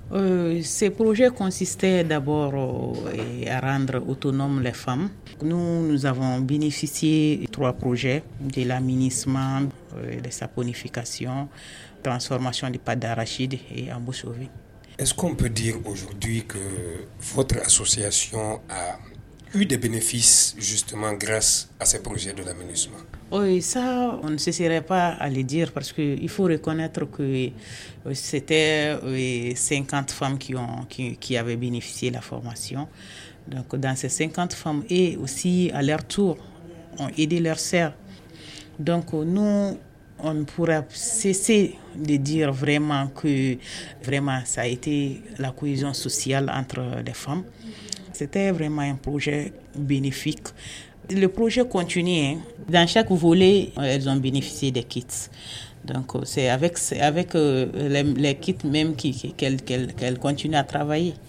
Ces projets consistaient d'abord à rendre autonomes les femmes. Nous avons bénéficié de 3 projets, de l'aménissement, de saponification, transformation des pâtes d'arachide et embauche au vin. Est-ce qu'on peut dire aujourd'hui que votre association a eu des bénéfices justement grâce à ces projets de l'aménagement? Oui, ça, on ne cesserait pas à le dire parce qu'il faut reconnaître que c'était 50 femmes qui avaient bénéficié de la formation. Donc, dans ces 50 femmes, et aussi à leur tour, ont aidé leurs sœurs. Donc, nous, on ne pourra cesser de dire vraiment que vraiment ça a été la cohésion sociale entre les femmes. C'était vraiment un projet bénéfique. Le projet continue. Dans chaque volet, elles ont bénéficié des kits. Donc, c'est avec les kits même qu'elles continuent à travailler.